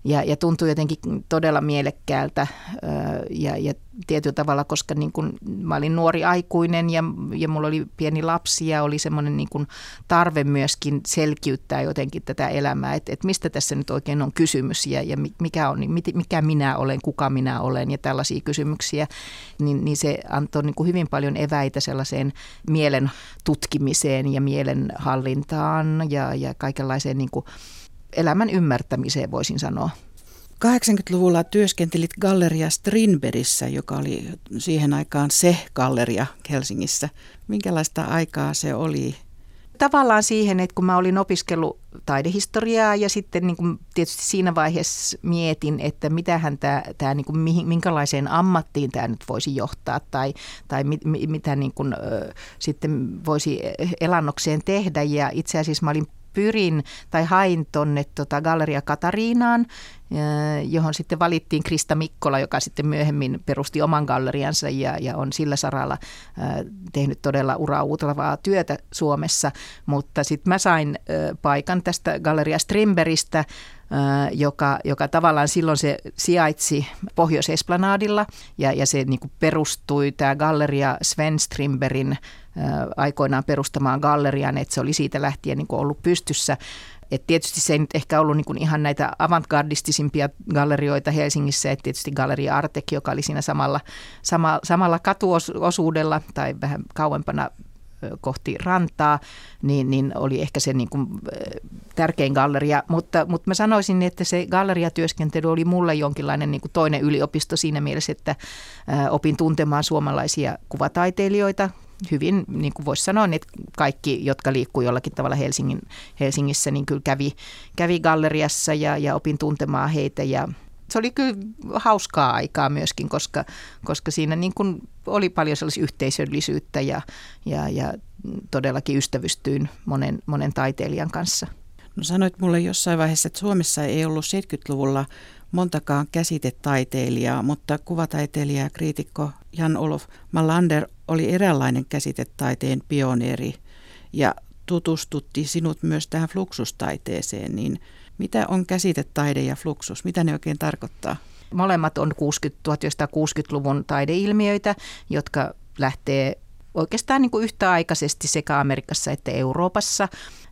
ja tuntui jotenkin todella mielekkäältä ja tietyllä tavalla, koska niin kun mä olin nuori aikuinen ja mulla oli pieni lapsi ja oli semmoinen niin kun tarve myöskin selkiyttää jotenkin tätä elämää, että mistä tässä nyt oikein on kysymys ja mikä minä olen, kuka minä olen ja tällaisia kysymyksiä, niin se antoi niin kun hyvin paljon eväitä sellaiseen mielen tutkimiseen ja mielen hallintaan ja kaikenlaiseen niin kuin elämän ymmärtämiseen, voisin sanoa. 80-luvulla työskentelit Galleria Strindbergissä, joka oli siihen aikaan se galleria Helsingissä. Minkälaista aikaa se oli? Tavallaan siihen, että kun mä olin opiskellut taidehistoriaa ja sitten niin kuin tietysti siinä vaiheessa mietin, että mitähän tämä niin kuin minkälaiseen ammattiin tämä nyt voisi johtaa tai mitä niin kuin, sitten voisi elannokseen tehdä. Ja itse asiassa mä hain tuonne Galleria Katariinaan, johon sitten valittiin Krista Mikkola, joka sitten myöhemmin perusti oman galleriansa ja on sillä saralla tehnyt todella ura-uutelevaa työtä Suomessa. Mutta sitten mä sain paikan tästä Galleria Strindbergistä, joka tavallaan silloin se sijaitsi Pohjois-Esplanadilla ja se niin kuin perustui tämä Galleria Sven Strindbergin aikoinaan perustamaan galleriaan, että se oli siitä lähtien niin kuin ollut pystyssä. Et tietysti se ei nyt ehkä ollut niin kuin ihan näitä avantgardistisimpia gallerioita Helsingissä, että tietysti Galleria Artek, joka oli siinä samalla katuosuudella tai vähän kauempana kohti rantaa, niin oli ehkä se niin kuin tärkein galleria, mutta mä sanoisin, että se galleriatyöskentely oli mulle jonkinlainen niin kuin toinen yliopisto siinä mielessä, että opin tuntemaan suomalaisia kuvataiteilijoita hyvin, niin kuin voisi sanoa, että kaikki, jotka liikkuu jollakin tavalla Helsingissä, niin kyllä kävi galleriassa ja opin tuntemaan heitä ja se oli kyllä hauskaa aikaa myöskin, koska siinä niin kuin oli paljon sellaisia yhteisöllisyyttä ja todellakin ystävystyin monen taiteilijan kanssa. No sanoit mulle jossain vaiheessa, että Suomessa ei ollut 70-luvulla montakaan käsitetaiteilijaa, mutta kuvataiteilija ja kriitikko Jan-Olof Melander oli eräänlainen käsitetaiteen pioneeri ja tutustutti sinut myös tähän fluxustaiteeseen, niin mitä on käsitetaide ja fluxus? Mitä ne oikein tarkoittaa? Molemmat on 1960-luvun taideilmiöitä, jotka lähtee oikeastaan niin kuin yhtäaikaisesti sekä Amerikassa että Euroopassa.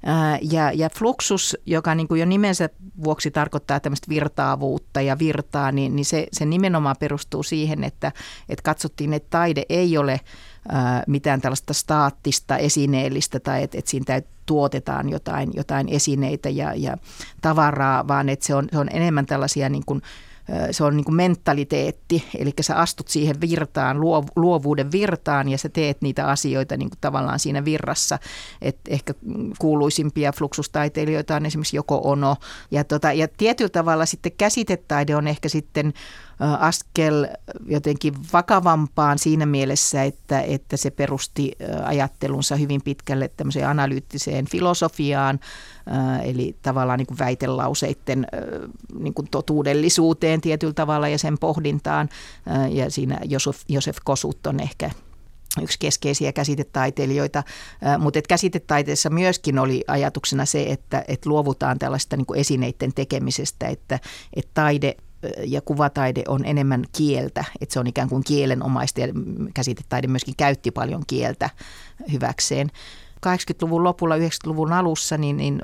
Ja fluxus, joka niin kuin jo nimensä vuoksi tarkoittaa tämmöistä virtaavuutta ja virtaa, niin se nimenomaan perustuu siihen, että katsottiin, että taide ei ole mitään tällaista staattista, esineellistä tai että siinä tuotetaan jotain esineitä ja tavaraa, vaan että se on enemmän tällaisia niin kuin se on niin kuin mentaliteetti, eli sä astut siihen virtaan, luovuuden virtaan ja sä teet niitä asioita niin kuin tavallaan siinä virrassa. Et ehkä kuuluisimpia fluxustaiteilijoita on esimerkiksi Yoko Ono. Ja tietyllä tavalla sitten käsitetaide on ehkä sitten askel jotenkin vakavampaan siinä mielessä, että se perusti ajattelunsa hyvin pitkälle tämmöiseen analyyttiseen filosofiaan, eli tavallaan niin kuin väitelauseiden niin kuin totuudellisuuteen tietyllä tavalla ja sen pohdintaan. Ja siinä Josef Kossuth on ehkä yksi keskeisiä käsitetaiteilijoita, mutta käsitetaiteessa myöskin oli ajatuksena se, että luovutaan tällaista niin kuin esineiden tekemisestä, että taide ja kuvataide on enemmän kieltä, että se on ikään kuin kielenomaista ja käsitetaide myöskin käytti paljon kieltä hyväkseen. 80-luvun lopulla, 90-luvun alussa niin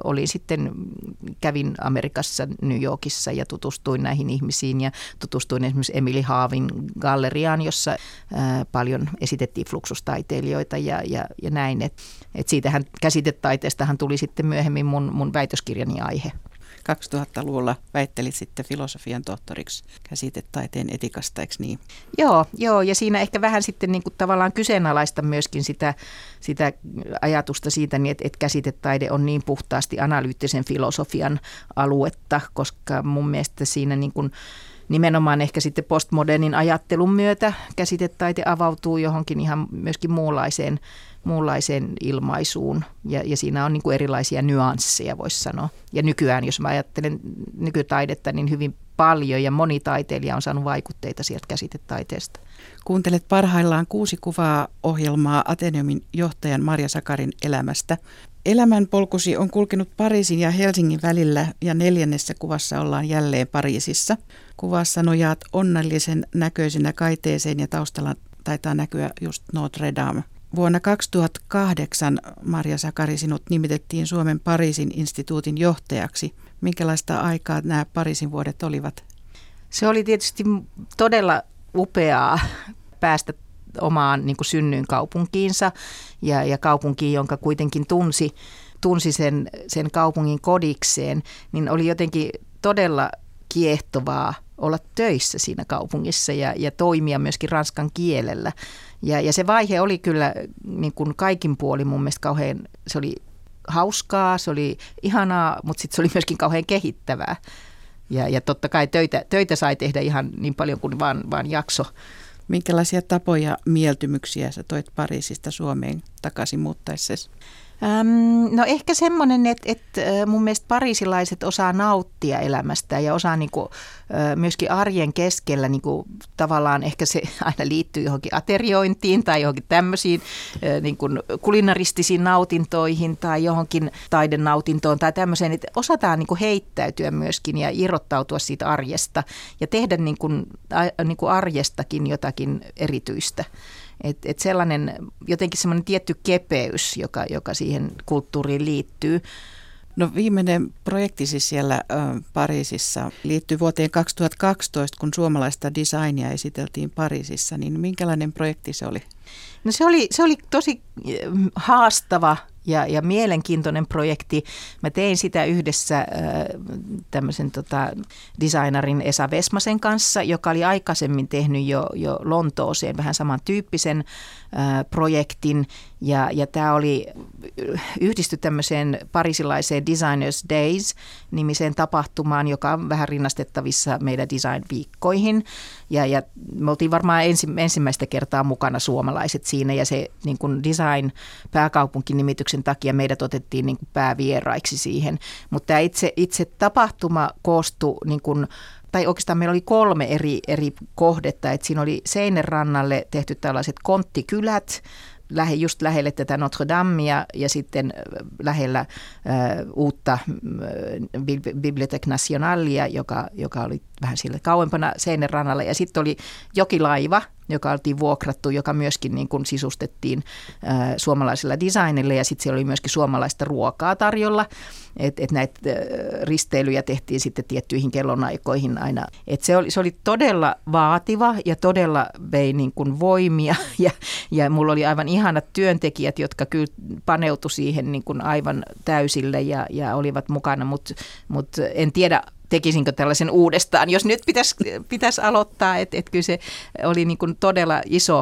kävin Amerikassa, New Yorkissa ja tutustuin näihin ihmisiin ja tutustuin esimerkiksi Emily Haavin galleriaan, jossa paljon esitettiin fluxustaiteilijoita ja näin. Et siitähän käsitetaiteestahan tuli sitten myöhemmin mun väitöskirjani aihe. 2000-luvulla väittelit sitten filosofian tohtoriksi käsitetaiteen etikasta, eikö niin? Joo, ja siinä ehkä vähän sitten niin kuin tavallaan kyseenalaista myöskin sitä ajatusta siitä, että käsitetaide on niin puhtaasti analyyttisen filosofian aluetta, koska mun mielestä siinä niin kuin nimenomaan ehkä sitten postmodernin ajattelun myötä käsitetaite avautuu johonkin ihan myöskin muunlaiseen ilmaisuun ja siinä on niin kuin erilaisia nyansseja, voisi sanoa. Ja nykyään, jos mä ajattelen nykytaidetta, niin hyvin paljon ja moni taiteilija on saanut vaikutteita sieltä käsitetaiteesta. Kuuntelet parhaillaan 6 kuvaa -ohjelmaa Ateneumin johtajan Marja Sakarin elämästä. Elämänpolkusi on kulkenut Pariisin ja Helsingin välillä ja 4. kuvassa ollaan jälleen Pariisissa. Kuvassa nojaat onnellisen näköisenä kaiteeseen ja taustalla taitaa näkyä just Notre Dame. Vuonna 2008 Marja Sakari sinut nimitettiin Suomen Pariisin instituutin johtajaksi. Minkälaista aikaa nämä Pariisin vuodet olivat? Se oli tietysti todella upeaa päästä omaan niin kuin synnyinkaupunkiinsa ja kaupunkiin, jonka kuitenkin tunsi sen kaupungin kodikseen, niin oli jotenkin todella kiehtovaa olla töissä siinä kaupungissa ja toimia myöskin ranskan kielellä. Ja se vaihe oli kyllä niin kuin kaikin puolin mun mielestä kauhean, se oli hauskaa, se oli ihanaa, mutta sitten se oli myöskin kauhean kehittävää. Ja totta kai töitä sai tehdä ihan niin paljon kuin vaan jakso. Minkälaisia tapoja, mieltymyksiä sä toit Pariisista Suomeen takaisin muuttaessasi? No ehkä semmoinen, että mun mielestä pariisilaiset osaa nauttia elämästä ja osaa niinku, myöskin arjen keskellä niinku, tavallaan ehkä se aina liittyy johonkin ateriointiin tai johonkin tämmöisiin niinku, kulinaristisiin nautintoihin tai johonkin taidenautintoon tai tämmöiseen, että osataan niinku, heittäytyä myöskin ja irrottautua siitä arjesta ja tehdä niinku, arjestakin jotakin erityistä. Et sellainen, jotenkin semmoinen tietty kepeys, joka siihen kulttuuriin liittyy. No viimeinen projektisi siellä Pariisissa liittyy vuoteen 2012, kun suomalaista designia esiteltiin Pariisissa, niin minkälainen projekti se oli? No se oli tosi haastava ja mielenkiintoinen projekti. Mä tein sitä yhdessä tämmöisen designerin Esa Vesmasen kanssa, joka oli aikaisemmin tehnyt jo Lontooseen vähän samantyyppisen projektin. Ja tämä oli yhdisty tämmöiseen parisilaiseen Designers Days-nimiseen tapahtumaan, joka on vähän rinnastettavissa meidän design-viikkoihin. Ja me oltiin varmaan ensimmäistä kertaa mukana suomalaiset siinä ja se niin kuin design-pääkaupunkinimityksen takia meidät otettiin niin kuin päävieraiksi siihen. Mutta tämä itse tapahtuma koostui niin kuin, tai oikeastaan meillä oli 3 eri kohdetta, että siinä oli Seinärannalle tehty tällaiset konttikylät, just lähelle tätä Notre Damea ja sitten lähellä uutta Bibliothèque Nationalia, joka oli vähän sille kauempana Seinärannalla. Ja sitten oli jokilaiva, joka oltiin vuokrattu, joka myöskin niin kuin sisustettiin suomalaisella designilla ja sitten siellä oli myöskin suomalaista ruokaa tarjolla. Et näitä risteilyjä tehtiin sitten tiettyihin kellonaikoihin aina. Et se oli todella vaativa ja todella vei niin kuin voimia ja mulla oli aivan ihanat työntekijät, jotka kyllä paneutui siihen niin kuin aivan täysille ja olivat mukana, mutta en tiedä, tekisinkö tällaisen uudestaan, jos nyt pitäisi aloittaa, että kyllä se oli niin kuin todella iso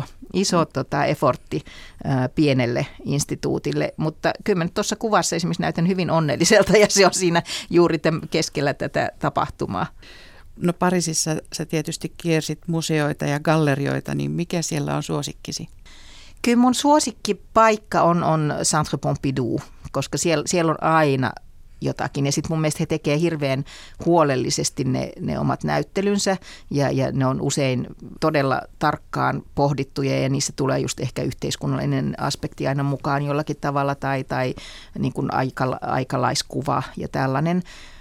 effortti pienelle instituutille, mutta kyllä mä tuossa kuvassa esimerkiksi näytän hyvin onnelliselta ja se on siinä juuri keskellä tätä tapahtumaa. No Pariisissa sä tietysti kiersit museoita ja gallerioita, niin mikä siellä on suosikkisi? Kyllä mun suosikkipaikka on Centre Pompidou, koska siellä on aina jotakin. Ja sitten mun mielestä he tekee hirveän huolellisesti ne omat näyttelynsä ja ne on usein todella tarkkaan pohdittuja ja niissä tulee just ehkä yhteiskunnallinen aspekti aina mukaan jollakin tavalla tai niin kuin aikalaiskuva ja tällainen.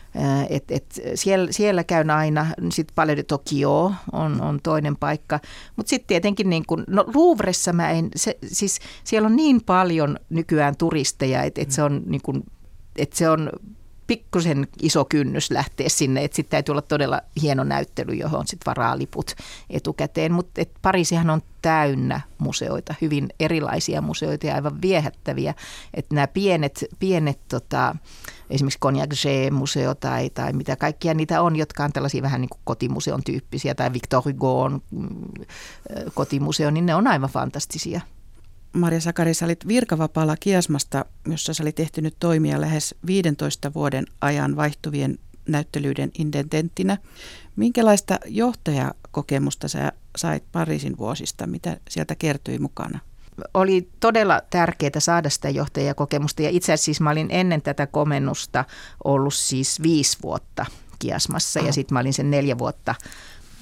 Siellä käyn aina, sitten Palais de Tokyo on toinen paikka, mutta sitten tietenkin niin kuin, no Louvressa siis siellä on niin paljon nykyään turisteja, että se on niin kuin, että se on pikkusen iso kynnys lähteä sinne, että sitten täytyy olla todella hieno näyttely, johon sitten varaa liput etukäteen, mutta Pariisihan on täynnä museoita, hyvin erilaisia museoita ja aivan viehättäviä, että nämä pienet esimerkiksi Cognac-museo tai mitä kaikkia niitä on, jotka on tällaisia vähän niin kuin kotimuseon tyyppisiä tai Victor Hugon kotimuseo, niin ne on aivan fantastisia. Marja Sakari, sä olit virkavapaalla Kiasmasta, jossa sä olit ehtinyt toimia lähes 15 vuoden ajan vaihtuvien näyttelyiden intendenttinä. Minkälaista johtajakokemusta sä sait Pariisin vuosista? Mitä sieltä kertyi mukana? Oli todella tärkeää saada sitä johtajakokemusta ja itse asiassa siis mä olin ennen tätä komennusta ollut siis 5 vuotta Kiasmassa ja sitten mä olin sen 4 vuotta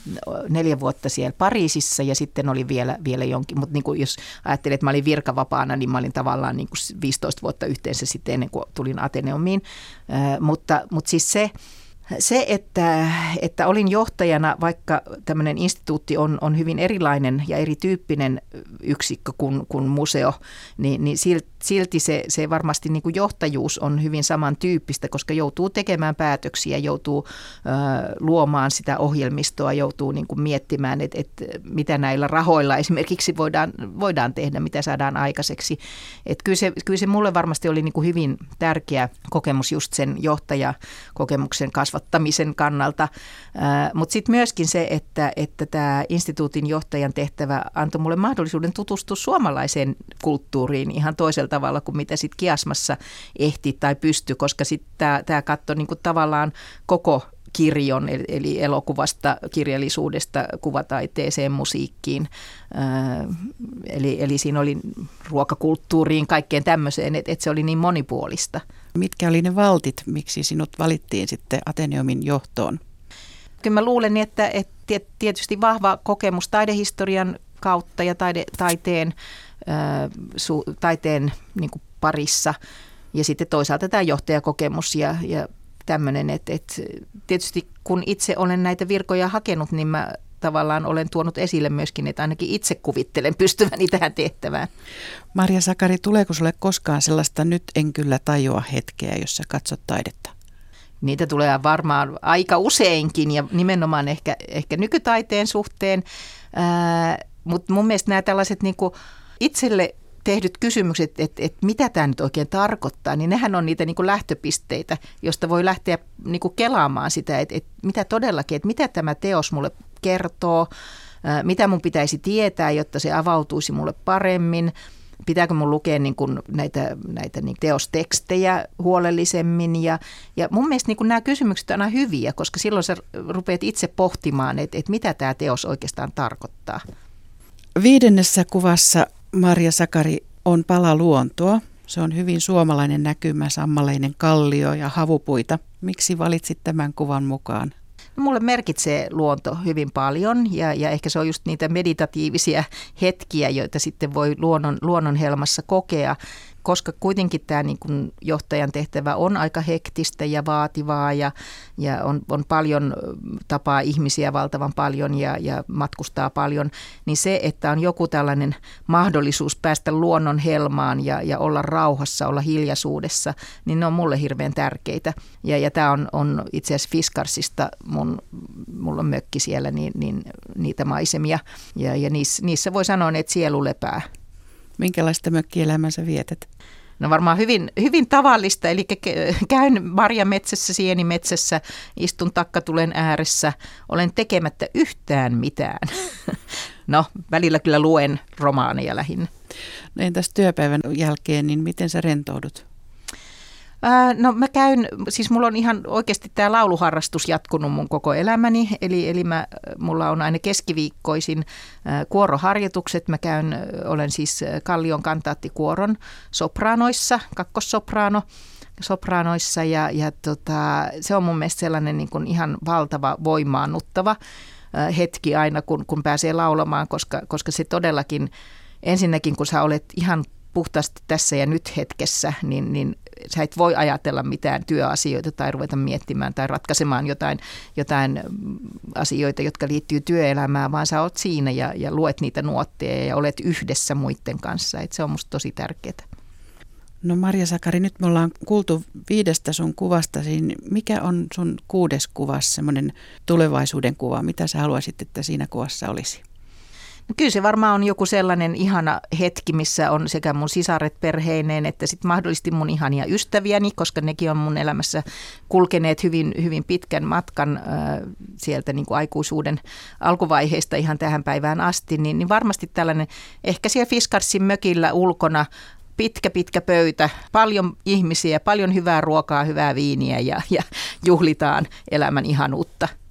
4 vuotta siellä Pariisissa ja sitten oli vielä jonkin, mutta niin kuin jos ajattelin, että mä olin virkavapaana, niin mä olin tavallaan niin kuin 15 vuotta yhteensä sitten ennen kuin tulin Ateneumiin, mutta siis se, että olin johtajana, vaikka tämmöinen instituutti on hyvin erilainen ja erityyppinen yksikkö kuin museo, niin silti se varmasti niin kuin johtajuus on hyvin samantyyppistä, koska joutuu tekemään päätöksiä, joutuu luomaan sitä ohjelmistoa, joutuu niin kuin miettimään, että mitä näillä rahoilla esimerkiksi voidaan tehdä, mitä saadaan aikaiseksi. Että kyllä se mulle varmasti oli niin kuin hyvin tärkeä kokemus just sen johtajakokemuksen kasvattamisen kannalta, mutta sitten myöskin se, että tämä instituutin johtajan tehtävä antoi mulle mahdollisuuden tutustua suomalaiseen kulttuuriin ihan toisella tavalla kuin mitä sitten Kiasmassa ehti tai pystyi, koska sitten tämä katsoi niinku tavallaan koko kirjon, eli elokuvasta, kirjallisuudesta, kuvataiteeseen, musiikkiin. Eli siinä oli ruokakulttuuriin, kaikkeen tämmöiseen, että se oli niin monipuolista. Mitkä oli ne valtit, miksi sinut valittiin sitten Ateneumin johtoon? Kyllä mä luulen, että tietysti vahva kokemus taidehistorian kautta ja taiteen niin kuin parissa ja sitten toisaalta tämä johtajakokemus ja tämmöinen, että tietysti kun itse olen näitä virkoja hakenut, niin mä tavallaan olen tuonut esille myöskin, että ainakin itse kuvittelen pystyväni tähän tehtävään. Marja Sakari, tuleeko sulle koskaan sellaista nyt en kyllä tajua hetkeä, jossa katsot taidetta? Niitä tulee varmaan aika useinkin ja nimenomaan ehkä nykytaiteen suhteen, mutta mun mielestä nämä tällaiset niin kuin itselle tehdyt kysymykset, että mitä tämä nyt oikein tarkoittaa, niin nehän on niitä niin kuin lähtöpisteitä, josta voi lähteä niin kuin kelaamaan sitä, että mitä todellakin, että mitä tämä teos mulle kertoo, mitä mun pitäisi tietää, jotta se avautuisi mulle paremmin. Pitääkö mun lukea niin kuin näitä niin teostekstejä huolellisemmin ja mun mielestä niin kuin nämä kysymykset on aina hyviä, koska silloin sä rupeat itse pohtimaan, että mitä tämä teos oikeastaan tarkoittaa. 5. kuvassa Marja Sakari on pala luontoa. Se on hyvin suomalainen näkymä, sammaleinen kallio ja havupuita. Miksi valitsit tämän kuvan mukaan? Mulle merkitsee luonto hyvin paljon ja ehkä se on just niitä meditatiivisia hetkiä, joita sitten voi luonnon helmassa kokea, koska kuitenkin tämä niin kuin johtajan tehtävä on aika hektistä ja vaativaa ja on paljon tapaa ihmisiä valtavan paljon ja matkustaa paljon, niin se, että on joku tällainen mahdollisuus päästä luonnon helmaan ja olla rauhassa, olla hiljaisuudessa, niin ne on mulle hirveän tärkeitä. Ja tämä on itse asiassa Fiskarsista, mulla on mökki siellä, niin niitä maisemia ja niissä voi sanoa, että sielu lepää. Minkälaista mökkielämää sä vietät? No varmaan hyvin, hyvin tavallista, eli käyn marjametsässä, sienimetsässä, istun takkatulen ääressä, olen tekemättä yhtään mitään. No, välillä kyllä luen romaaneja lähinnä. No entäs työpäivän jälkeen, niin miten sä rentoudut? No mä käyn, siis mulla on ihan oikeasti tämä lauluharrastus jatkunut mun koko elämäni, eli mulla on aina keskiviikkoisin kuoroharjoitukset. Mä olen siis Kallion kantaattikuoron sopraanoissa, kakkossopraanoissa ja se on mun mielestä sellainen niin kuin ihan valtava voimaannuttava hetki aina, kun pääsee laulamaan, koska se todellakin ensinnäkin, kun sä olet ihan puhtaasti tässä ja nyt hetkessä, niin sä et voi ajatella mitään työasioita tai ruveta miettimään tai ratkaisemaan jotain asioita, jotka liittyy työelämään, vaan sä oot siinä ja luet niitä nuotteja ja olet yhdessä muiden kanssa. Et se on musta tosi tärkeää. No Marja Sakari, nyt me ollaan kuultu 5 sun kuvasta. Mikä on sun 6. kuvassa, semmoinen tulevaisuuden kuva? Mitä sä haluaisit, että siinä kuvassa olisi? No kyllä se varmaan on joku sellainen ihana hetki, missä on sekä mun sisaret perheineen että sitten mahdollisesti mun ihania ystäviäni, koska nekin on mun elämässä kulkeneet hyvin, hyvin pitkän matkan sieltä niin kuin aikuisuuden alkuvaiheesta ihan tähän päivään asti, niin varmasti tällainen ehkä siellä Fiskarsin mökillä ulkona pitkä pöytä, paljon ihmisiä, paljon hyvää ruokaa, hyvää viiniä ja juhlitaan elämän ihanuutta.